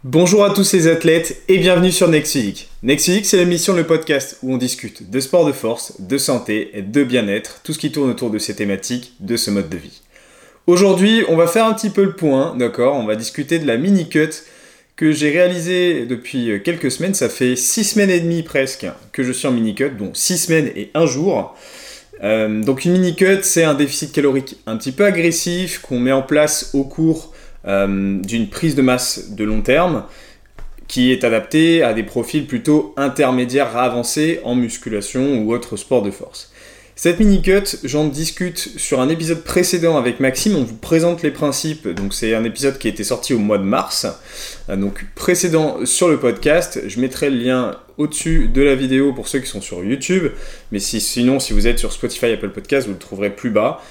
Bonjour à tous les athlètes et bienvenue sur Next Physique. Next Physique, c'est l'émission, le podcast où on discute de sport de force, de santé, de bien-être, tout ce qui tourne autour de ces thématiques, de ce mode de vie. Aujourd'hui, on va faire un petit peu le point, d'accord ? On va discuter de la mini-cut que j'ai réalisée depuis quelques semaines. Ça fait 6 semaines et demie presque que je suis en mini-cut, donc 6 semaines et 1 jour. Donc une mini-cut, c'est un déficit calorique un petit peu agressif qu'on met en place au cours d'une prise de masse de long terme qui est adaptée à des profils plutôt intermédiaires à avancés en musculation ou autre sport de force. Cette mini-cut, j'en discute sur un épisode précédent avec Maxime, on vous présente les principes, donc c'est un épisode qui a été sorti au mois de mars, donc précédent sur le podcast, je mettrai le lien au-dessus de la vidéo pour ceux qui sont sur YouTube, mais sinon si vous êtes sur Spotify, Apple Podcast, vous le trouverez plus bas.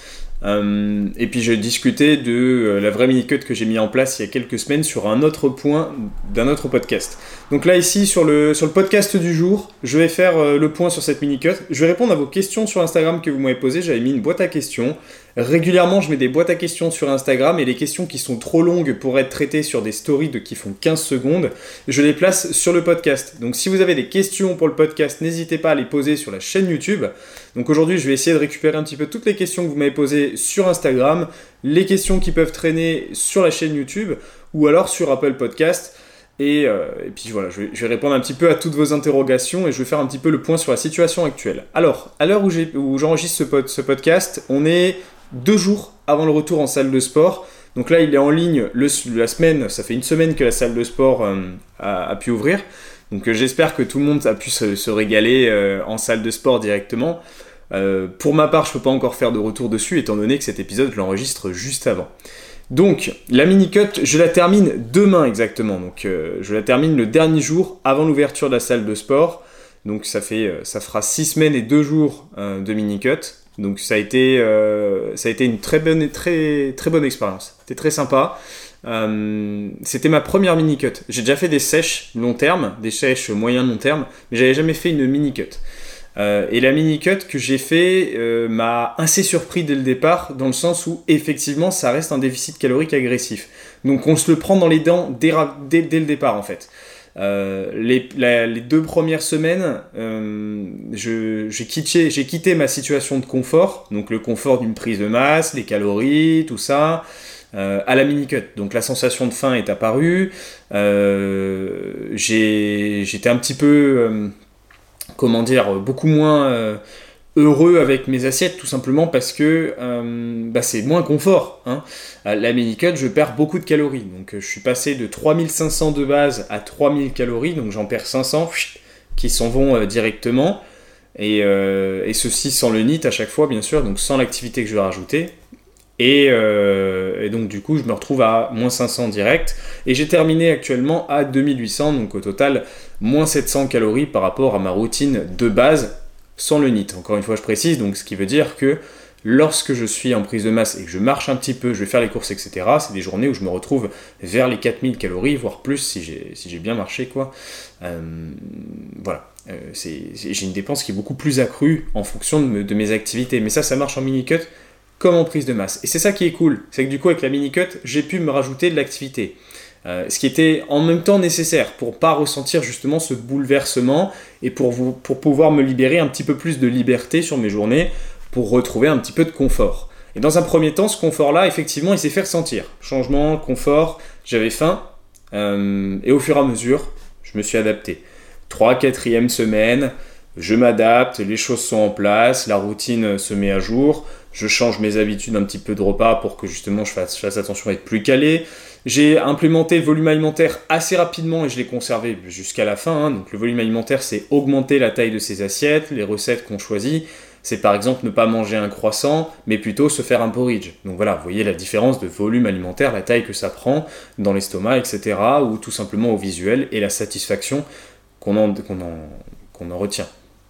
Et puis j'ai discuté de la vraie mini-cut que j'ai mis en place il y a quelques semaines sur un autre point d'un autre podcast. Donc là ici sur le podcast du jour, je vais faire le point sur cette mini-cut. Je vais répondre à vos questions sur Instagram que vous m'avez posées. J'avais mis une boîte à questions. Régulièrement je mets des boîtes à questions sur Instagram et les questions qui sont trop longues pour être traitées sur des stories qui font 15 secondes, je les place sur le podcast. Donc si vous avez des questions pour le podcast, n'hésitez pas à les poser sur la chaîne YouTube. Donc aujourd'hui je vais essayer de récupérer un petit peu toutes les questions que vous m'avez posées sur Instagram, les questions qui peuvent traîner sur la chaîne YouTube ou alors sur Apple Podcast. Et puis voilà, je vais répondre un petit peu à toutes vos interrogations et je vais faire un petit peu le point sur la situation actuelle. Alors, à l'heure où j'enregistre ce podcast, on est 2 jours avant le retour en salle de sport. Donc là, il est en ligne la semaine, ça fait une semaine que la salle de sport a pu ouvrir. Donc j'espère que tout le monde a pu se régaler en salle de sport directement. Pour ma part, je ne peux pas encore faire de retour dessus, étant donné que cet épisode, je l'enregistre juste avant. Donc, la mini-cut, je la termine demain exactement. Donc, je la termine le dernier jour avant l'ouverture de la salle de sport. Donc, ça fera 6 semaines et 2 jours de mini-cut. Donc, ça a été une très bonne expérience. C'était très sympa. C'était ma première mini-cut. J'ai déjà fait des sèches long terme, des sèches moyen-long terme, mais j'avais jamais fait une mini-cut. Et la mini-cut que j'ai fait m'a assez surpris dès le départ, dans le sens où effectivement ça reste un déficit calorique agressif. Donc on se le prend dans les dents dès le départ en fait. Les 2 premières semaines, j'ai quitté ma situation de confort, donc le confort d'une prise de masse, les calories, tout ça, à la mini-cut. Donc la sensation de faim est apparue, j'étais un petit peu... beaucoup moins heureux avec mes assiettes, tout simplement parce que c'est moins confort. La mini-cut, je perds beaucoup de calories. Donc je suis passé de 3500 de base à 3000 calories, donc j'en perds 500 qui s'en vont directement. Et ceci sans le NEAT à chaque fois, bien sûr, donc sans l'activité que je vais rajouter. Et donc du coup je me retrouve à moins 500 direct et j'ai terminé actuellement à 2800, donc au total moins 700 calories par rapport à ma routine de base sans le NEAT. Encore une fois je précise, donc ce qui veut dire que lorsque je suis en prise de masse et que je marche un petit peu, je vais faire les courses, etc., c'est des journées où je me retrouve vers les 4000 calories, voire plus si j'ai bien marché, quoi. Voilà. J'ai une dépense qui est beaucoup plus accrue en fonction de mes activités, mais ça marche en mini-cut comme en prise de masse. Et c'est ça qui est cool, c'est que du coup avec la mini-cut, j'ai pu me rajouter de l'activité. Ce qui était en même temps nécessaire pour pas ressentir justement ce bouleversement et pour pouvoir me libérer un petit peu plus de liberté sur mes journées, pour retrouver un petit peu de confort. Et dans un premier temps, ce confort-là, effectivement, il s'est fait ressentir. Changement, confort, j'avais faim, et au fur et à mesure, je me suis adapté. 3-4e semaine, je m'adapte, les choses sont en place, la routine se met à jour, je change mes habitudes un petit peu de repas pour que justement je fasse attention à être plus calé. J'ai implémenté le volume alimentaire assez rapidement et je l'ai conservé jusqu'à la fin. Donc le volume alimentaire, c'est augmenter la taille de ses assiettes. Les recettes qu'on choisit, c'est par exemple ne pas manger un croissant, mais plutôt se faire un porridge. Donc voilà, vous voyez la différence de volume alimentaire, la taille que ça prend dans l'estomac, etc. Ou tout simplement au visuel et la satisfaction qu'on en retient.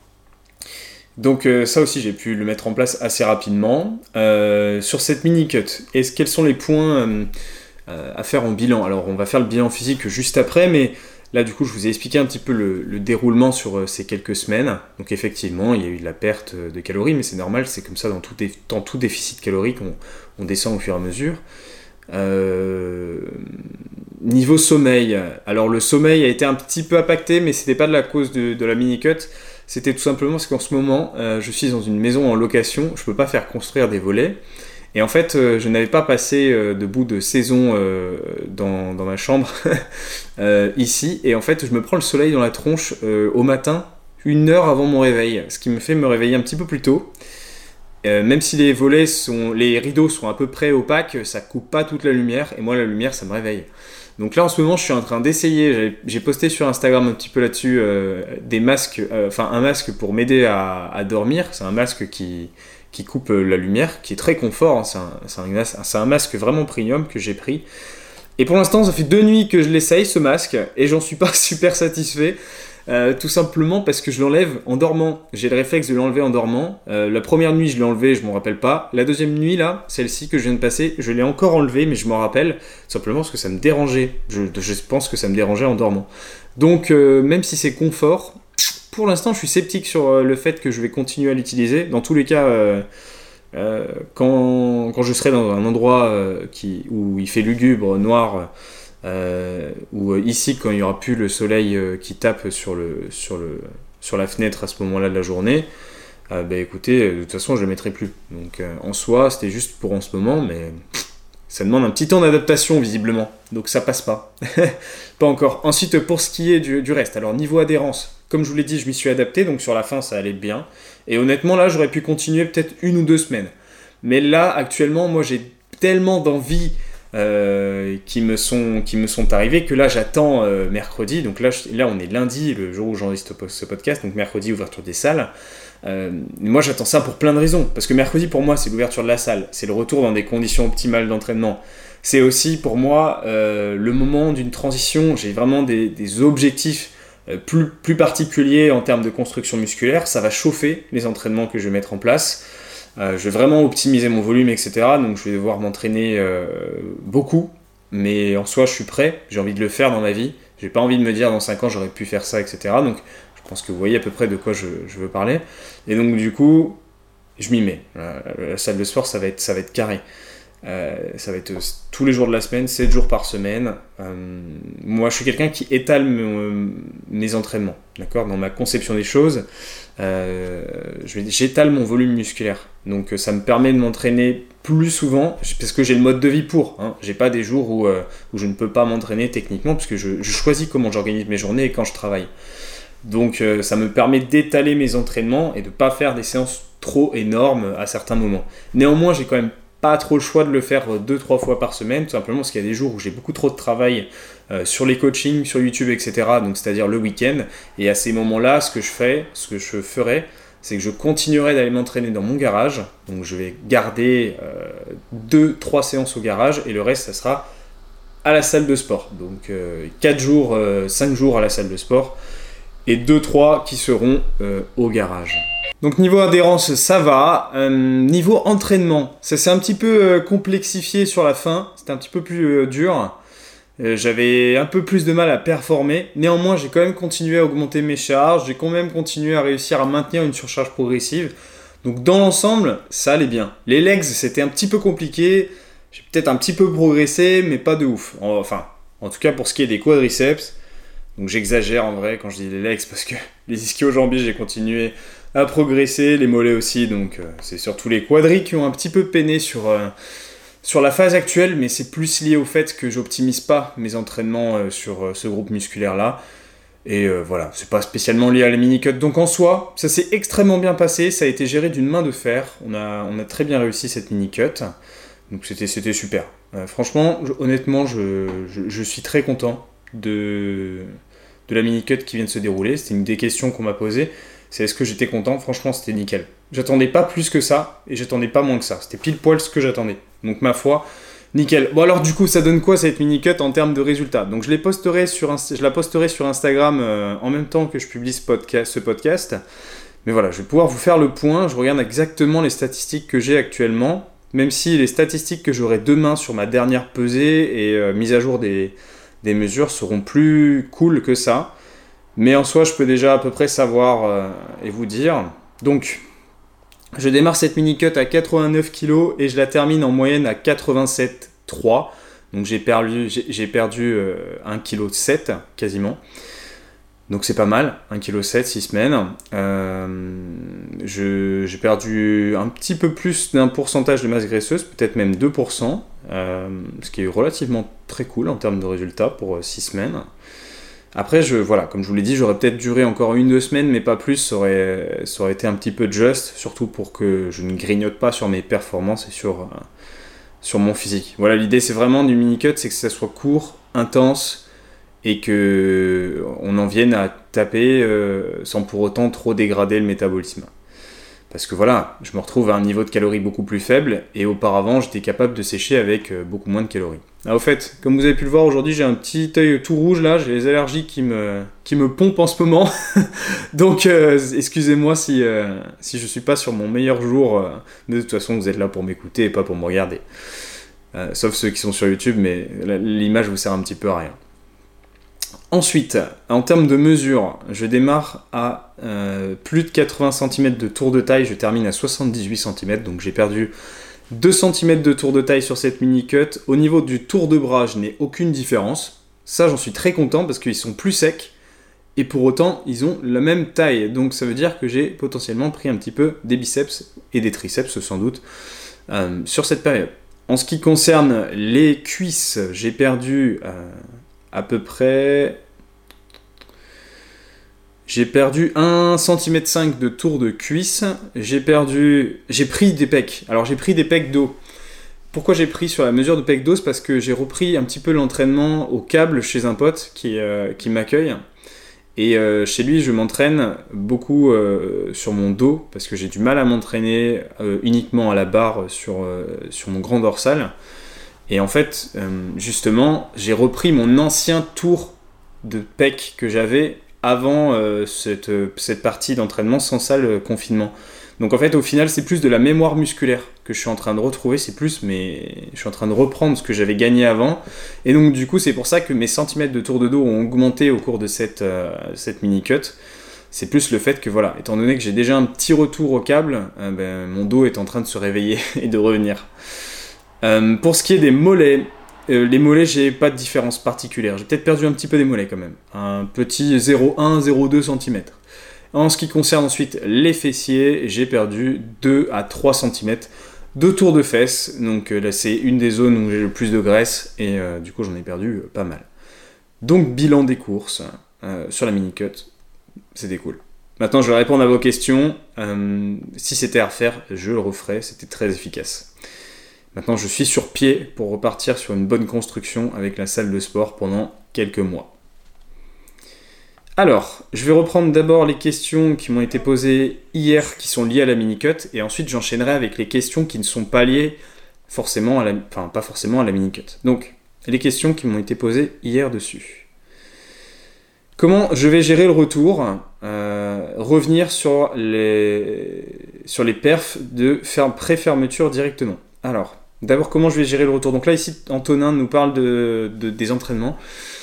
Donc ça aussi j'ai pu le mettre en place assez rapidement. Sur cette mini-cut, quels sont les points à faire en bilan ? Alors on va faire le bilan physique juste après, mais là du coup je vous ai expliqué un petit peu le déroulement sur ces quelques semaines. Donc effectivement il y a eu de la perte de calories, mais c'est normal, c'est comme ça dans tout déficit calorique, on descend au fur et à mesure. Niveau sommeil, alors le sommeil a été un petit peu impacté, mais c'était pas de la cause de la mini-cut, c'était tout simplement parce qu'en ce moment, je suis dans une maison en location, je peux pas faire construire des volets, et en fait, je n'avais pas passé de bout de saison dans ma chambre ici, et en fait, je me prends le soleil dans la tronche au matin, 1 heure avant mon réveil, ce qui me fait me réveiller un petit peu plus tôt. Même si les rideaux sont à peu près opaques, ça coupe pas toute la lumière, et moi la lumière ça me réveille. Donc là en ce moment je suis en train d'essayer, j'ai posté sur Instagram un petit peu là-dessus des masques, un masque pour m'aider à dormir, c'est un masque qui coupe la lumière, qui est très confort, hein. C'est un masque vraiment premium que j'ai pris. Et pour l'instant ça fait 2 nuits que je l'essaye ce masque, et j'en suis pas super satisfait. Tout simplement parce que je l'enlève en dormant. J'ai le réflexe de l'enlever en dormant. La première nuit, je l'ai enlevé, je m'en rappelle pas. La deuxième nuit, là, celle-ci que je viens de passer, je l'ai encore enlevé, mais je m'en rappelle. Simplement parce que ça me dérangeait. Je pense que ça me dérangeait en dormant. Donc, même si c'est confort, pour l'instant, je suis sceptique sur le fait que je vais continuer à l'utiliser. Dans tous les cas, quand je serai dans un endroit où il fait lugubre, noir, ou ici quand il n'y aura plus le soleil qui tape sur la fenêtre à ce moment-là de la journée, écoutez, de toute façon je le mettrai plus. Donc en soi c'était juste pour en ce moment, mais ça demande un petit temps d'adaptation visiblement, donc ça passe pas. Pas encore. Ensuite pour ce qui est du reste, alors niveau adhérence, comme je vous l'ai dit, je m'y suis adapté, donc sur la fin ça allait bien, et honnêtement là j'aurais pu continuer peut-être 1 ou 2 semaines, mais là actuellement moi j'ai tellement d'envie qui me sont arrivés que là j'attends mercredi, donc là on est lundi, le jour où j'enregistre ce podcast, donc mercredi ouverture des salles. Moi j'attends ça pour plein de raisons, parce que mercredi pour moi c'est l'ouverture de la salle, c'est le retour dans des conditions optimales d'entraînement, c'est aussi pour moi le moment d'une transition, j'ai vraiment des objectifs plus particuliers en termes de construction musculaire, ça va chauffer les entraînements que je vais mettre en place. Je vais vraiment optimiser mon volume, etc. Donc je vais devoir m'entraîner beaucoup, mais en soi je suis prêt, j'ai envie de le faire dans ma vie. J'ai pas envie de me dire dans 5 ans j'aurais pu faire ça, etc. Donc je pense que vous voyez à peu près de quoi je veux parler. Et donc du coup, je m'y mets. La salle de sport, ça va être carré. Ça va être tous les jours de la semaine, 7 jours par semaine. Moi je suis quelqu'un qui étale mes entraînements, d'accord, dans ma conception des choses. J'étale mon volume musculaire, donc ça me permet de m'entraîner plus souvent parce que j'ai le mode de vie pour, hein. J'ai pas des jours où je ne peux pas m'entraîner techniquement parce que je choisis comment j'organise mes journées et quand je travaille, donc ça me permet d'étaler mes entraînements et de pas faire des séances trop énormes à certains moments. Néanmoins j'ai quand même pas trop le choix de le faire 2-3 fois par semaine, tout simplement parce qu'il y a des jours où j'ai beaucoup trop de travail sur les coachings, sur YouTube, etc. Donc c'est-à-dire le week-end. Et à ces moments-là, ce que je ferai, c'est que je continuerai d'aller m'entraîner dans mon garage. Donc je vais garder 2-3 séances au garage et le reste, ça sera à la salle de sport. Donc 4 jours, 5 jours à la salle de sport et 2-3 qui seront au garage. Donc niveau adhérence, ça va. Niveau entraînement, ça s'est un petit peu complexifié sur la fin. C'était un petit peu plus dur. J'avais un peu plus de mal à performer. Néanmoins, j'ai quand même continué à augmenter mes charges. J'ai quand même continué à réussir à maintenir une surcharge progressive. Donc dans l'ensemble, ça allait bien. Les legs, c'était un petit peu compliqué. J'ai peut-être un petit peu progressé, mais pas de ouf. Enfin, en tout cas pour ce qui est des quadriceps. Donc j'exagère en vrai quand je dis les legs parce que les ischio-jambiers, j'ai continué à progresser, les mollets aussi, donc c'est surtout les quadris qui ont un petit peu peiné sur la phase actuelle, mais c'est plus lié au fait que j'optimise pas mes entraînements sur ce groupe musculaire là, et voilà, c'est pas spécialement lié à la mini-cut, donc en soi, ça s'est extrêmement bien passé, ça a été géré d'une main de fer, on a très bien réussi cette mini-cut, donc c'était super. Franchement, honnêtement, je suis très content de la mini-cut qui vient de se dérouler, c'était une des questions qu'on m'a posées. C'est est-ce que j'étais content? Franchement, c'était nickel. J'attendais pas plus que ça, et j'attendais pas moins que ça. C'était pile poil ce que j'attendais. Donc ma foi, nickel. Bon alors du coup, ça donne quoi cette mini-cut en termes de résultats? Donc je la posterai sur Instagram en même temps que je publie ce podcast. Mais voilà, je vais pouvoir vous faire le point. Je regarde exactement les statistiques que j'ai actuellement. Même si les statistiques que j'aurai demain sur ma dernière pesée et mise à jour des mesures seront plus cool que ça. Mais en soi, je peux déjà à peu près savoir et vous dire. Donc, je démarre cette mini-cut à 89 kg et je la termine en moyenne à 87,3 3. Donc j'ai perdu 1,7 kg quasiment. Donc c'est pas mal, 1,7 kg, 6 semaines. J'ai perdu un petit peu plus d'un pourcentage de masse graisseuse, peut-être même 2%, ce qui est relativement très cool en termes de résultats pour 6 semaines. Après, comme je vous l'ai dit, j'aurais peut-être duré encore 1-2 semaines, mais pas plus, ça aurait été un petit peu juste, surtout pour que je ne grignote pas sur mes performances et sur mon physique. Voilà, l'idée c'est vraiment du mini-cut, c'est que ça soit court, intense, et que on en vienne à taper sans pour autant trop dégrader le métabolisme. Parce que voilà, je me retrouve à un niveau de calories beaucoup plus faible, et auparavant j'étais capable de sécher avec beaucoup moins de calories. Ah, au fait, comme vous avez pu le voir aujourd'hui, j'ai un petit œil tout rouge là, j'ai les allergies qui me pompent en ce moment. Donc excusez-moi si je suis pas sur mon meilleur jour. De toute façon, vous êtes là pour m'écouter et pas pour me regarder. Sauf ceux qui sont sur YouTube, mais l'image vous sert un petit peu à rien. Ensuite, en termes de mesure, je démarre à plus de 80 cm de tour de taille, je termine à 78 cm, donc j'ai perdu 2 cm de tour de taille sur cette mini-cut. Au niveau du tour de bras, je n'ai aucune différence. Ça, j'en suis très content parce qu'ils sont plus secs et pour autant, ils ont la même taille. Donc ça veut dire que j'ai potentiellement pris un petit peu des biceps et des triceps sans doute sur cette période. En ce qui concerne les cuisses, j'ai perdu à peu près... J'ai perdu 1,5 cm de tour de cuisse. J'ai pris des pecs. Alors j'ai pris des pecs dos. Pourquoi j'ai pris sur la mesure de pecs dos? C'est parce que j'ai repris un petit peu l'entraînement au câble chez un pote qui m'accueille. Et chez lui, je m'entraîne beaucoup sur mon dos parce que j'ai du mal à m'entraîner uniquement à la barre sur mon grand dorsal. Et en fait, justement, j'ai repris mon ancien tour de pec que j'avais avant cette partie d'entraînement sans salle confinement. Donc en fait, au final, c'est plus de la mémoire musculaire que je suis en train de retrouver, mais je suis en train de reprendre ce que j'avais gagné avant. Et donc du coup, c'est pour ça que mes centimètres de tour de dos ont augmenté au cours de cette mini-cut. C'est plus le fait que voilà, étant donné que j'ai déjà un petit retour au câble, mon dos est en train de se réveiller et de revenir. Pour ce qui est des mollets, les mollets, j'ai pas de différence particulière. J'ai peut-être perdu un petit peu des mollets quand même. Un petit 0,1-0,2 cm. En ce qui concerne ensuite les fessiers, j'ai perdu 2 à 3 cm de tour de fesses. Donc là, c'est une des zones où j'ai le plus de graisse et du coup, j'en ai perdu pas mal. Donc, bilan des courses sur la mini-cut, c'était cool. Maintenant, je vais répondre à vos questions. Si c'était à refaire, je le referais. C'était très efficace. Maintenant, je suis sur pied pour repartir sur une bonne construction avec la salle de sport pendant quelques mois. Alors, je vais reprendre d'abord les questions qui m'ont été posées hier, qui sont liées à la mini-cut, et ensuite j'enchaînerai avec les questions qui ne sont pas liées forcément pas forcément à la mini-cut. Donc, les questions qui m'ont été posées hier dessus. Comment je vais gérer le retour, revenir sur les perfs de pré-fermeture directement. Alors, d'abord, comment je vais gérer le retour? Donc là, ici, Antonin nous parle des entraînements.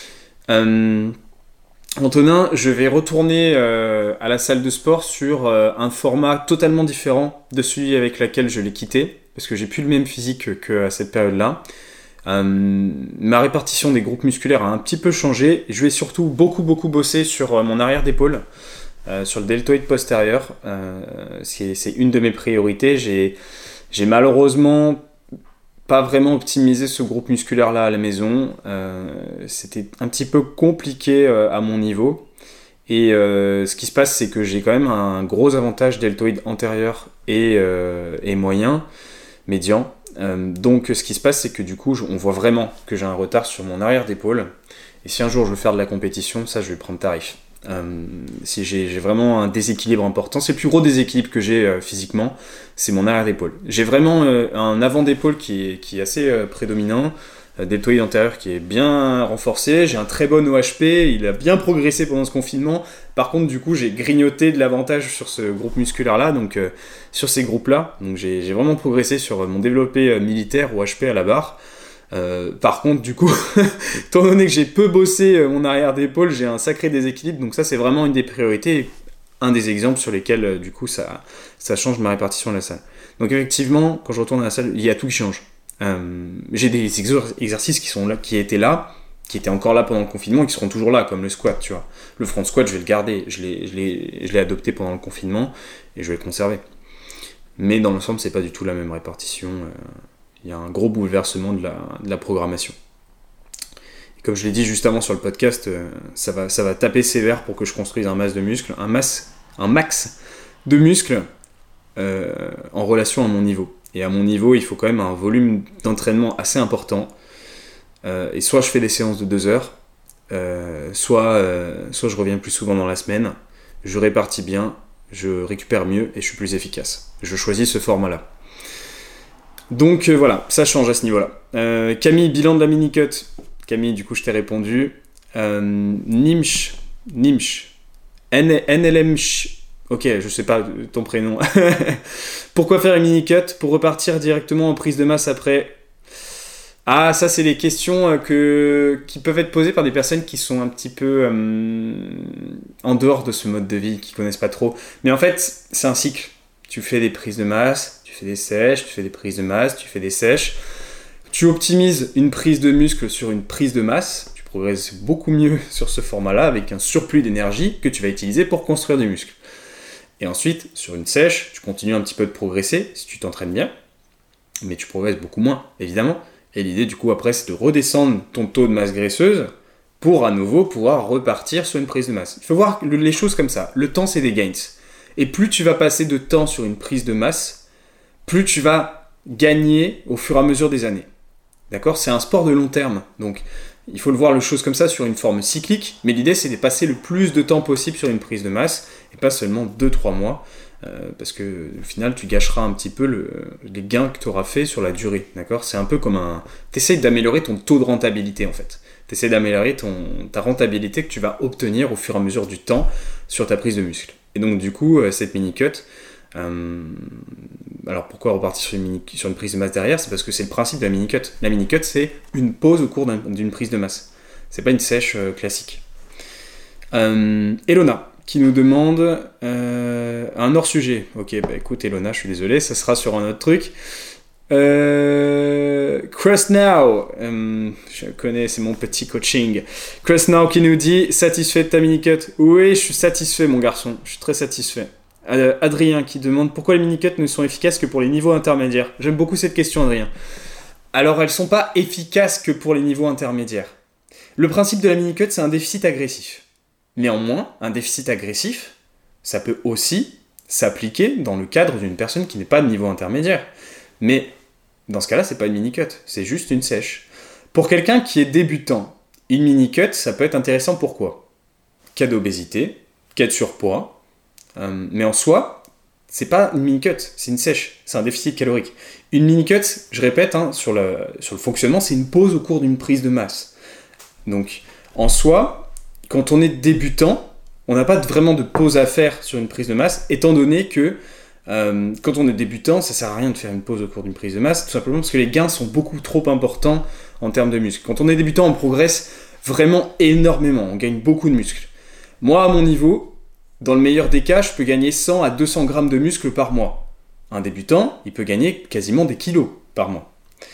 Antonin, je vais retourner à la salle de sport sur un format totalement différent de celui avec lequel je l'ai quitté, parce que j'ai plus le même physique qu'à cette période-là. Ma répartition des groupes musculaires a un petit peu changé. Je vais surtout beaucoup bosser sur mon arrière d'épaule, sur le deltoïde postérieur. C'est une de mes priorités. J'ai malheureusement pas vraiment optimisé ce groupe musculaire là à la maison. C'était un petit peu compliqué à mon niveau. Et ce qui se passe, c'est que j'ai quand même un gros avantage deltoïde antérieur et moyen, médian. Donc ce qui se passe, c'est que du coup, on voit vraiment que j'ai un retard sur mon arrière d'épaule. Et si un jour je veux faire de la compétition, ça je vais prendre tarif. Si j'ai vraiment un déséquilibre important, c'est le plus gros déséquilibre que j'ai physiquement, c'est mon arrière d'épaule. J'ai vraiment un avant d'épaule qui est assez prédominant, deltoïde antérieur qui est bien renforcé, j'ai un très bon OHP, il a bien progressé pendant ce confinement. Par contre, du coup, j'ai grignoté de l'avantage sur ce groupe musculaire-là, donc sur ces groupes-là. Donc j'ai vraiment progressé sur mon développé militaire OHP à la barre. Par contre, du coup, étant donné que j'ai peu bossé mon arrière d'épaule, j'ai un sacré déséquilibre, donc ça c'est vraiment une des priorités, un des exemples sur lesquels du coup ça change ma répartition à la salle. Donc effectivement, quand je retourne à la salle, il y a tout qui change. J'ai des exercices qui sont là, qui étaient encore là pendant le confinement et qui seront toujours là, comme le squat, tu vois. Le front squat, je vais le garder. Je l'ai adopté pendant le confinement et je vais le conserver. Mais dans l'ensemble, c'est pas du tout la même répartition. Il y a un gros bouleversement de la programmation. Et comme je l'ai dit juste avant sur le podcast, ça va taper sévère pour que je construise un max de muscles en relation à mon niveau. Et à mon niveau, il faut quand même un volume d'entraînement assez important. Et soit je fais des séances de 2 heures, soit je reviens plus souvent dans la semaine, je répartis bien, je récupère mieux et je suis plus efficace. Je choisis ce format-là. Donc voilà, ça change à ce niveau-là. Camille, bilan de la mini-cut. Camille, du coup, je t'ai répondu. Nimsh, NLMsh, ok, je sais pas ton prénom. Pourquoi faire une mini-cut? Pour repartir directement en prise de masse après. Ah, ça, c'est les questions qui peuvent être posées par des personnes qui sont un petit peu en dehors de ce mode de vie, qui connaissent pas trop. Mais en fait, c'est un cycle. Tu fais des prises de masse, tu fais des sèches, tu fais des prises de masse, tu fais des sèches. Tu optimises une prise de muscle sur une prise de masse. Tu progresses beaucoup mieux sur ce format-là avec un surplus d'énergie que tu vas utiliser pour construire du muscle. Et ensuite, sur une sèche, tu continues un petit peu de progresser si tu t'entraînes bien. Mais tu progresses beaucoup moins, évidemment. Et l'idée, du coup, après, c'est de redescendre ton taux de masse graisseuse pour, à nouveau, pouvoir repartir sur une prise de masse. Il faut voir les choses comme ça. Le temps, c'est des gains. Et plus tu vas passer de temps sur une prise de masse, plus tu vas gagner au fur et à mesure des années. D'accord ? C'est un sport de long terme. Donc, il faut le voir les choses comme ça sur une forme cyclique. Mais l'idée, c'est de passer le plus de temps possible sur une prise de masse et pas seulement 2-3 mois. Parce que au final tu gâcheras un petit peu les gains que tu auras fait sur la durée, d'accord ? C'est un peu comme t'essayes d'améliorer ton taux de rentabilité en fait. T'essayes d'améliorer ta rentabilité que tu vas obtenir au fur et à mesure du temps sur ta prise de muscle. Et donc du coup, cette mini-cut, alors pourquoi repartir sur une prise de masse derrière ? C'est parce que c'est le principe de la mini-cut. La mini-cut, c'est une pause au cours d'une prise de masse. C'est pas une sèche classique. Elona qui nous demande un hors-sujet. Ok, bah écoute Elona, je suis désolé, ça sera sur un autre truc. Crust Now, je connais, c'est mon petit coaching. Crust Now qui nous dit, satisfait de ta mini-cut ? Oui, je suis satisfait mon garçon, je suis très satisfait. Adrien qui demande pourquoi les mini-cuts ne sont efficaces que pour les niveaux intermédiaires. J'aime beaucoup cette question Adrien. Alors elles sont pas efficaces que pour les niveaux intermédiaires. Le principe de la mini-cut, c'est un déficit agressif. Néanmoins, un déficit agressif, ça peut aussi s'appliquer dans le cadre d'une personne qui n'est pas de niveau intermédiaire. Mais dans ce cas-là, c'est pas une mini-cut, c'est juste une sèche. Pour quelqu'un qui est débutant, une mini-cut, ça peut être intéressant pourquoi ? Cas d'obésité, cas de surpoids, mais en soi, c'est pas une mini-cut, c'est une sèche, c'est un déficit calorique. Une mini-cut, je répète, sur le fonctionnement, c'est une pause au cours d'une prise de masse. Donc, en soi, quand on est débutant, on n'a pas vraiment de pause à faire sur une prise de masse, étant donné que quand on est débutant, ça sert à rien de faire une pause au cours d'une prise de masse, tout simplement parce que les gains sont beaucoup trop importants en termes de muscles. Quand on est débutant, on progresse vraiment énormément, on gagne beaucoup de muscles. Moi, à mon niveau, dans le meilleur des cas, je peux gagner 100 à 200 grammes de muscles par mois. Un débutant, il peut gagner quasiment des kilos par mois.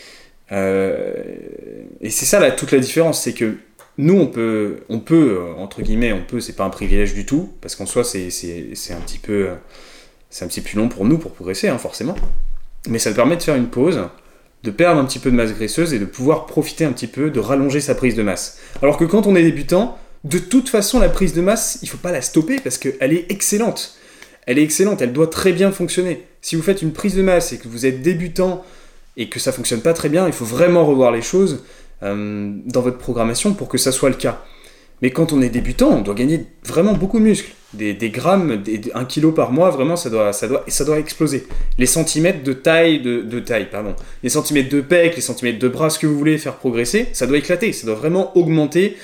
Et c'est ça toute la différence, c'est que nous, on peut, entre guillemets, c'est pas un privilège du tout, parce qu'en soi, c'est un petit peu long pour nous, pour progresser, hein, forcément. Mais ça permet de faire une pause, de perdre un petit peu de masse graisseuse et de pouvoir profiter un petit peu, de rallonger sa prise de masse. Alors que quand on est débutant, de toute façon, la prise de masse, il faut pas la stopper, parce qu'elle est excellente. Elle est excellente, elle doit très bien fonctionner. Si vous faites une prise de masse et que vous êtes débutant et que ça fonctionne pas très bien, il faut vraiment revoir les choses dans votre programmation pour que ça soit le cas. Mais quand on est débutant, on doit gagner vraiment beaucoup de muscles. Des grammes, 1 kilo par mois, vraiment, ça doit exploser. Les centimètres de taille, les centimètres de pec, les centimètres de bras, ce que vous voulez faire progresser, ça doit éclater, ça doit vraiment augmenter.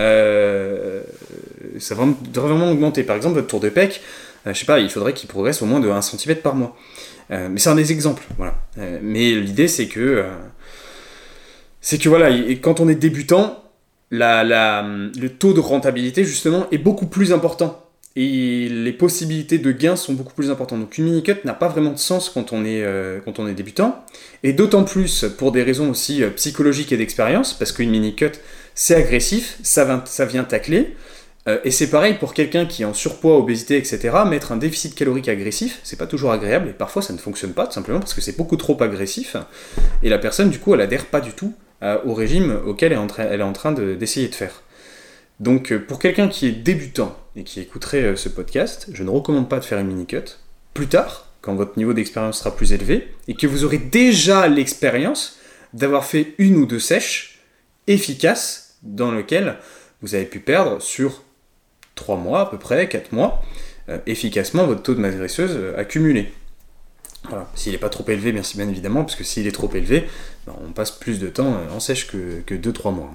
Ça doit vraiment augmenter. Par exemple, votre tour de pec, je sais pas, il faudrait qu'il progresse au moins de 1 cm par mois. Mais c'est un des exemples, voilà. Mais l'idée, c'est que voilà, et quand on est débutant, le taux de rentabilité, justement, est beaucoup plus important. et les possibilités de gains sont beaucoup plus importantes. Donc une mini-cut n'a pas vraiment de sens quand on est débutant, et d'autant plus pour des raisons aussi psychologiques et d'expérience, parce qu'une mini-cut, c'est agressif, ça vient tacler, et c'est pareil pour quelqu'un qui est en surpoids, obésité, etc. Mettre un déficit calorique agressif, c'est pas toujours agréable, et parfois ça ne fonctionne pas, tout simplement parce que c'est beaucoup trop agressif, et la personne, du coup, elle adhère pas du tout au régime auquel elle est en train d'essayer de faire. Donc pour quelqu'un qui est débutant et qui écouterait ce podcast, je ne recommande pas de faire une mini-cut. Plus tard, quand votre niveau d'expérience sera plus élevé, et que vous aurez déjà l'expérience d'avoir fait 1 ou 2 sèches efficaces dans lesquelles vous avez pu perdre sur 3 mois à peu près, 4 mois, efficacement votre taux de masse graisseuse accumulé. Voilà. S'il n'est pas trop élevé, bien évidemment, parce que s'il est trop élevé, on passe plus de temps en sèche que 2-3 mois.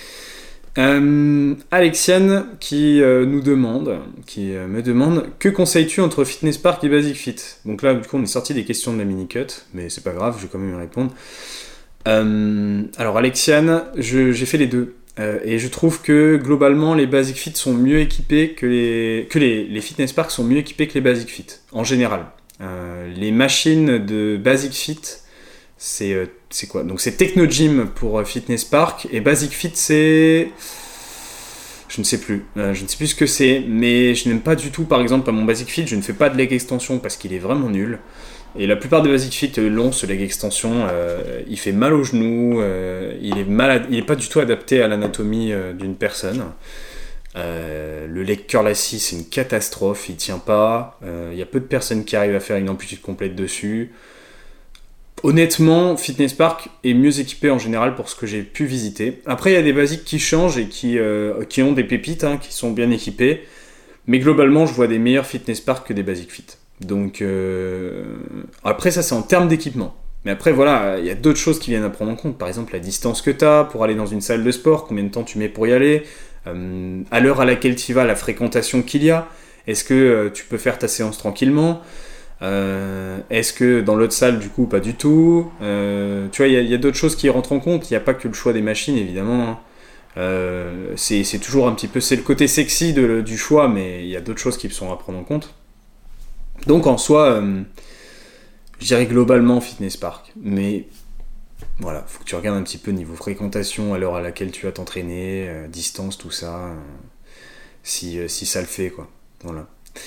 Alexiane qui me demande que conseilles-tu entre Fitness Park et Basic Fit. Donc là, du coup, on est sorti des questions de la mini-cut, mais c'est pas grave, je vais quand même y répondre. Alors Alexiane, j'ai fait les deux. Et je trouve que globalement les Basic Fit sont mieux équipés que les Fitness Park sont mieux équipés que les Basic Fit en général. Les machines de Basic Fit, c'est quoi ? Donc c'est Technogym pour Fitness Park et Basic Fit c'est... Je ne sais plus ce que c'est, mais je n'aime pas du tout, par exemple à mon Basic Fit, je ne fais pas de leg extension parce qu'il est vraiment nul. Et la plupart des Basic Fit longs, ce leg extension, il fait mal aux genoux, il est pas du tout adapté à l'anatomie d'une personne. Le leg curl assis, c'est une catastrophe, il tient pas. Il y a peu de personnes qui arrivent à faire une amplitude complète dessus. Honnêtement, Fitness Park est mieux équipé en général pour ce que j'ai pu visiter. Après, il y a des basiques qui changent et qui ont des pépites, qui sont bien équipés. Mais globalement, je vois des meilleurs Fitness Park que des Basic Fit. Donc, après, ça, c'est en termes d'équipement. Mais après, voilà, il y a d'autres choses qui viennent à prendre en compte. Par exemple, la distance que tu as pour aller dans une salle de sport, combien de temps tu mets pour y aller, à l'heure à laquelle tu y vas, la fréquentation qu'il y a. Est-ce que tu peux faire ta séance tranquillement ? Est-ce que dans l'autre salle, du coup, pas du tout ? Tu vois, il y a d'autres choses qui rentrent en compte. Il n'y a pas que le choix des machines, évidemment. C'est toujours un petit peu... C'est le côté sexy du choix, mais il y a d'autres choses qui sont à prendre en compte. Donc, en soi, je dirais globalement Fitness Park. Mais voilà, faut que tu regardes un petit peu niveau fréquentation, à l'heure à laquelle tu vas t'entraîner, distance, tout ça, si ça le fait, quoi. Voilà.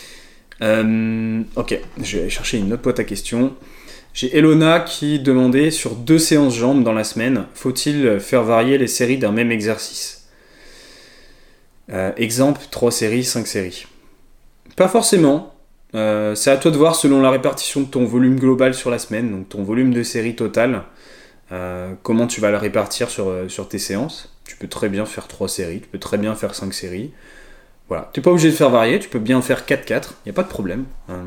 Ok, je vais aller chercher une autre boîte à questions. J'ai Elona qui demandait sur 2 séances jambes dans la semaine, faut-il faire varier les séries d'un même exercice ? Exemple, 3 séries, 5 séries. Pas forcément. C'est à toi de voir selon la répartition de ton volume global sur la semaine, donc ton volume de séries total, comment tu vas le répartir sur tes séances. Tu peux très bien faire 3 séries, tu peux très bien faire 5 séries. Voilà. Tu n'es pas obligé de faire varier, tu peux bien faire 4-4, il n'y a pas de problème.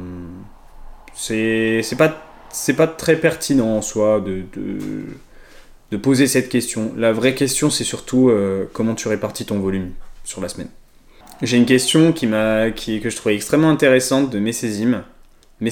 C'est pas très pertinent en soi de poser cette question. La vraie question, c'est surtout comment tu répartis ton volume sur la semaine. J'ai une question que je trouvais extrêmement intéressante de Messésim, mais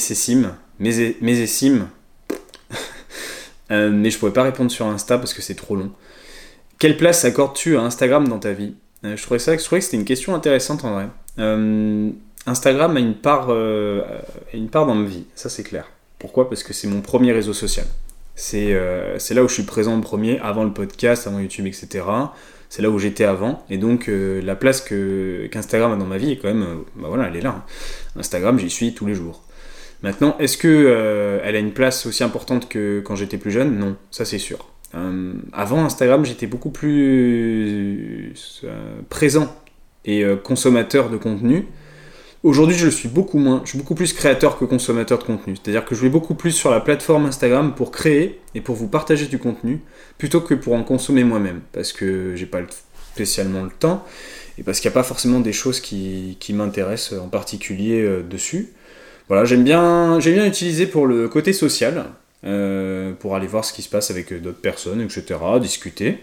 je pouvais pas répondre sur Insta parce que c'est trop long. Quelle place accordes-tu à Instagram dans ta vie ? Je trouvais que c'était une question intéressante en vrai. Instagram a une part dans ma vie, ça c'est clair. Pourquoi ? Parce que c'est mon premier réseau social. C'est là où je suis présent en premier, avant le podcast, avant YouTube, etc. C'est là où j'étais avant. Et donc la place qu'Instagram a dans ma vie est quand même... voilà, elle est là. Instagram, j'y suis tous les jours. Maintenant, est-ce que elle a une place aussi importante que quand j'étais plus jeune ? Non, ça c'est sûr. Avant Instagram, j'étais beaucoup plus présent et consommateur de contenu. Aujourd'hui, je le suis beaucoup moins. Je suis beaucoup plus créateur que consommateur de contenu. C'est-à-dire que je vais beaucoup plus sur la plateforme Instagram pour créer et pour vous partager du contenu plutôt que pour en consommer moi-même. Parce que j'ai pas spécialement le temps et parce qu'il n'y a pas forcément des choses qui m'intéressent en particulier dessus. Voilà, j'aime bien utiliser pour le côté social, pour aller voir ce qui se passe avec d'autres personnes, etc., discuter.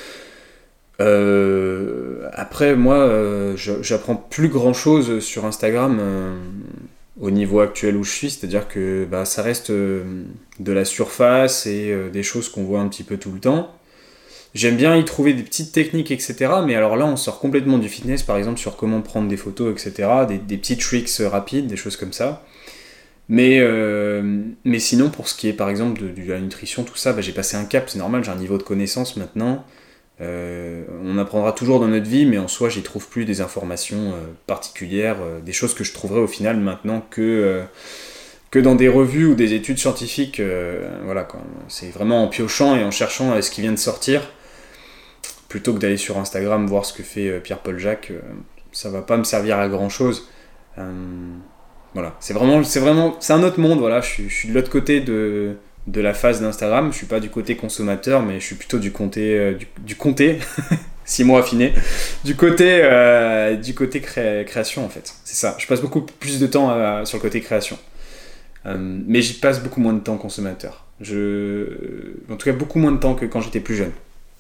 Après, moi, j'apprends plus grand-chose sur Instagram au niveau actuel où je suis, c'est-à-dire que ça reste de la surface et des choses qu'on voit un petit peu tout le temps. J'aime bien y trouver des petites techniques, etc. Mais alors là, on sort complètement du fitness, par exemple, sur comment prendre des photos, etc. Des petits tricks rapides, des choses comme ça. Mais sinon, pour ce qui est, par exemple, de la nutrition, tout ça, j'ai passé un cap, c'est normal, j'ai un niveau de connaissance maintenant. On apprendra toujours dans notre vie, mais en soi, j'y trouve plus des informations particulières, des choses que je trouverais au final maintenant que dans des revues ou des études scientifiques. Voilà, quoi. C'est vraiment en piochant et en cherchant ce qui vient de sortir. Plutôt que d'aller sur Instagram voir ce que fait Pierre-Paul Jacques, ça va pas me servir à grand chose. Voilà, c'est un autre monde. Voilà, je suis de l'autre côté de la phase d'Instagram. Je suis pas du côté consommateur, mais je suis plutôt du côté 6 mois affiné, du côté création en fait. C'est ça. Je passe beaucoup plus de temps sur le côté création, mais j'y passe beaucoup moins de temps consommateur. En tout cas, beaucoup moins de temps que quand j'étais plus jeune.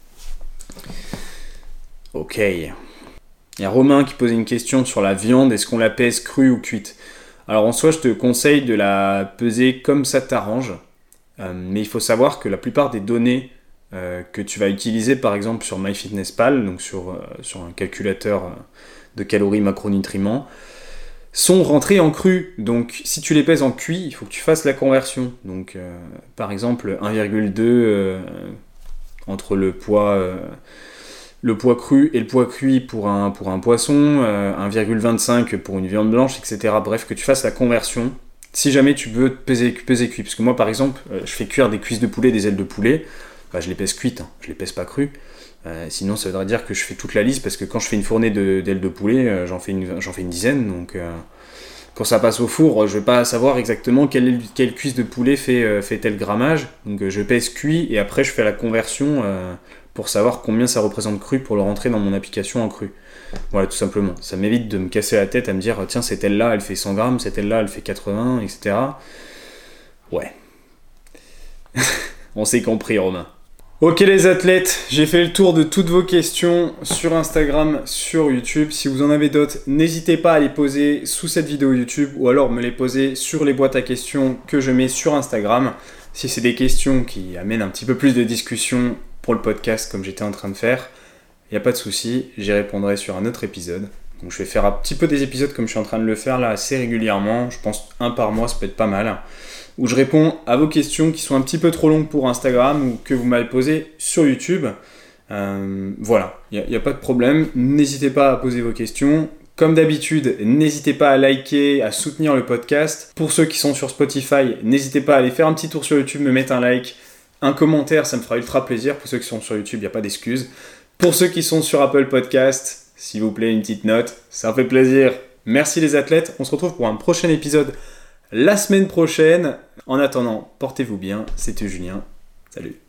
Ok. Il y a Romain qui posait une question sur la viande, est-ce qu'on la pèse crue ou cuite ? Alors en soi, je te conseille de la peser comme ça t'arrange, mais il faut savoir que la plupart des données que tu vas utiliser par exemple sur MyFitnessPal, donc sur un calculateur de calories macronutriments, sont rentrées en cru. Donc si tu les pèses en cuit, il faut que tu fasses la conversion. Donc par exemple 1,2 entre le poids cru et le poids cuit pour un poisson, 1,25 pour une viande blanche, etc. Bref, que tu fasses la conversion si jamais tu veux peser cuit. Parce que moi, par exemple, je fais cuire des cuisses de poulet, des ailes de poulet, je les pèse cuites, je les pèse pas crues. Sinon, ça voudrait dire que je fais toute la liste, parce que quand je fais une fournée d'ailes de poulet, j'en fais une dizaine, donc quand ça passe au four, je vais pas savoir exactement quelle cuisse de poulet fait tel grammage, donc je pèse cuit, et après je fais la conversion pour savoir combien ça représente cru pour le rentrer dans mon application en cru. Voilà, tout simplement. Ça m'évite de me casser la tête à me dire tiens, cette aile-là, elle fait 100 grammes, cette aile-là, elle fait 80, etc. Ouais. On s'est compris, Romain. Ok les athlètes, j'ai fait le tour de toutes vos questions sur Instagram, sur YouTube. Si vous en avez d'autres, n'hésitez pas à les poser sous cette vidéo YouTube ou alors me les poser sur les boîtes à questions que je mets sur Instagram. Si c'est des questions qui amènent un petit peu plus de discussion pour le podcast comme j'étais en train de faire, il n'y a pas de souci, j'y répondrai sur un autre épisode. Donc je vais faire un petit peu des épisodes comme je suis en train de le faire là assez régulièrement, je pense un par mois, ça peut être pas mal, où je réponds à vos questions qui sont un petit peu trop longues pour Instagram ou que vous m'avez posées sur YouTube. Voilà, il n'y a pas de problème, n'hésitez pas à poser vos questions. Comme d'habitude, n'hésitez pas à liker, à soutenir le podcast. Pour ceux qui sont sur Spotify, n'hésitez pas à aller faire un petit tour sur YouTube, me mettre un like, un commentaire, ça me fera ultra plaisir. Pour ceux qui sont sur YouTube, il n'y a pas d'excuses. Pour ceux qui sont sur Apple Podcast, s'il vous plaît, une petite note, ça fait plaisir. Merci les athlètes, on se retrouve pour un prochain épisode la semaine prochaine. En attendant, portez-vous bien, c'était Julien. Salut.